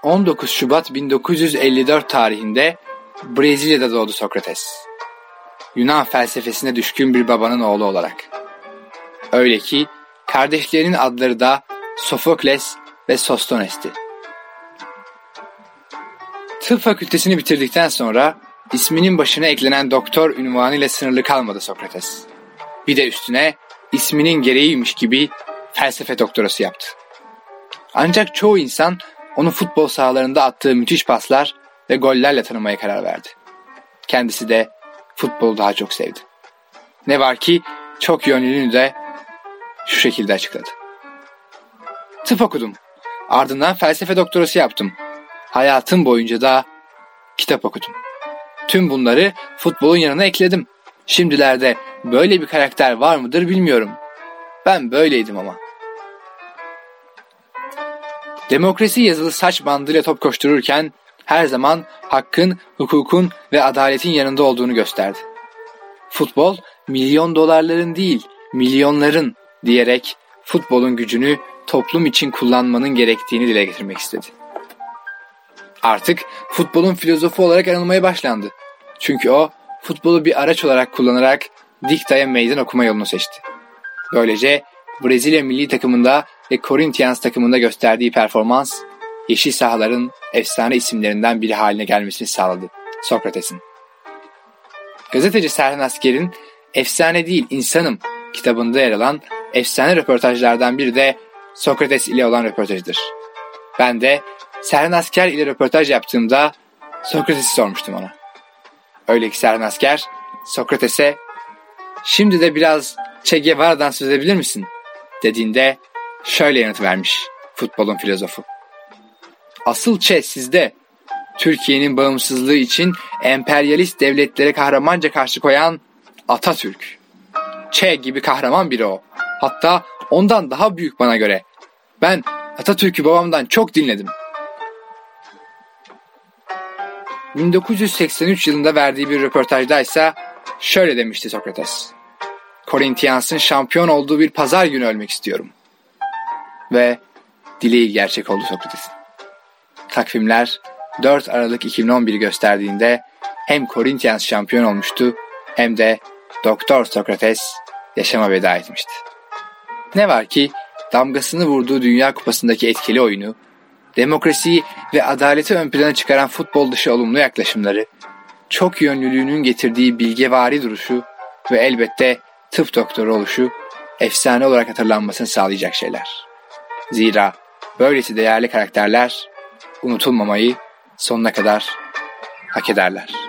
19 Şubat 1954 tarihinde Brezilya'da doğdu Sokrates. Yunan felsefesine düşkün bir babanın oğlu olarak. Öyle ki kardeşlerinin adları da Sofokles ve Sostones'ti. Tıp fakültesini bitirdikten sonra isminin başına eklenen doktor unvanıyla sınırlı kalmadı Sokrates. Bir de üstüne isminin gereğiymiş gibi felsefe doktorası yaptı. Ancak çoğu insan onu futbol sahalarında attığı müthiş paslar ve gollerle tanımaya karar verdi. Kendisi de futbolu daha çok sevdi. Ne var ki çok yönlülüğünü de şu şekilde açıkladı. Tıp okudum. Ardından felsefe doktorası yaptım. Hayatım boyunca da kitap okudum. Tüm bunları futbolun yanına ekledim. Şimdilerde böyle bir karakter var mıdır bilmiyorum. Ben böyleydim ama. Demokrasi yazılı saç bandıyla top koştururken her zaman hakkın, hukukun ve adaletin yanında olduğunu gösterdi. Futbol milyon dolarların değil, milyonların diyerek futbolun gücünü toplum için kullanmanın gerektiğini dile getirmek istedi. Artık futbolun filozofu olarak anılmaya başlandı. Çünkü o futbolu bir araç olarak kullanarak diktaya meydan okuma yolunu seçti. Böylece Brezilya milli takımında ve Corinthians takımında gösterdiği performans, yeşil sahaların efsane isimlerinden biri haline gelmesini sağladı Sokrates'in. Gazeteci Serhan Asker'in "Efsane değil insanım" kitabında yer alan efsane röportajlardan biri de Sokrates ile olan röportajıdır. Ben de Serhan Asker ile röportaj yaptığımda Sokrates'i sormuştum ona. Öyle ki Serhan Asker Sokrates'e "Şimdi de biraz Che Guevara'dan söz edebilir misin?" dediğinde şöyle yanıt vermiş futbolun filozofu. "Asıl Che sizde. Türkiye'nin bağımsızlığı için emperyalist devletlere kahramanca karşı koyan Atatürk. Che gibi kahraman biri o. Hatta ondan daha büyük bana göre. Ben Atatürk'ü babamdan çok dinledim." 1983 yılında verdiği bir röportajdaysa şöyle demişti Sokrates. "Corinthians'ın şampiyon olduğu bir pazar günü ölmek istiyorum." Ve dileği gerçek oldu Sokrates'in. Takvimler 4 Aralık 2011'i gösterdiğinde hem Corinthians şampiyon olmuştu hem de Doktor Sokrates yaşama veda etmişti. Ne var ki damgasını vurduğu Dünya Kupası'ndaki etkili oyunu, demokrasiyi ve adaleti ön plana çıkaran futbol dışı olumlu yaklaşımları, çok yönlülüğünün getirdiği bilgevari duruşu ve elbette tıp doktoru oluşu efsane olarak hatırlanmasını sağlayacak şeyler. Zira böylesi değerli karakterler unutulmamayı sonuna kadar hak ederler.